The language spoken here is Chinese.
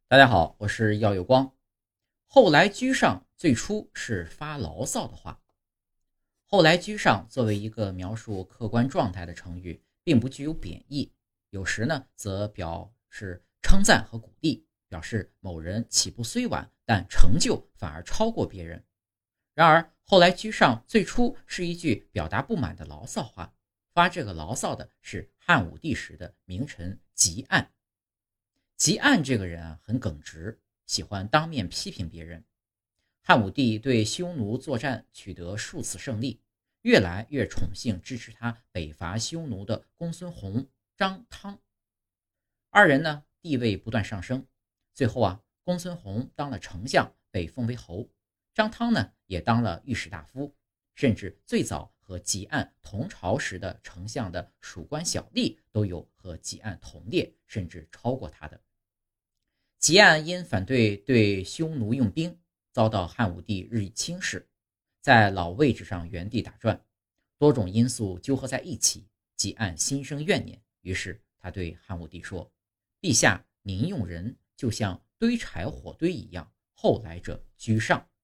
大家好，我是耀有光。后来居上最初是发牢骚的话。后来居上作为一个描述客观状态的成语，并不具有贬义，有时呢则表示称赞和鼓励，表示某人起步虽晚，但成就反而超过别人。然而后来居上最初是一句表达不满的牢骚话，发这个牢骚的是汉武帝时的名臣汲黯。汲黯这个人很耿直，喜欢当面批评别人。汉武帝对匈奴作战取得数次胜利，越来越宠幸支持他北伐匈奴的公孙弘、张汤。二人呢地位不断上升，最后公孙弘当了丞相，被封为侯；张汤呢也当了御史大夫，甚至最早和汲黯同朝时的丞相的属官小吏都有和汲黯同列，甚至超过他的。汲黯因反对匈奴用兵，遭到汉武帝日益轻视，在老位置上原地打转，多种因素纠合在一起，汲黯心生怨念，于是他对汉武帝说：陛下民用人就像堆柴火堆一样，后来者居上。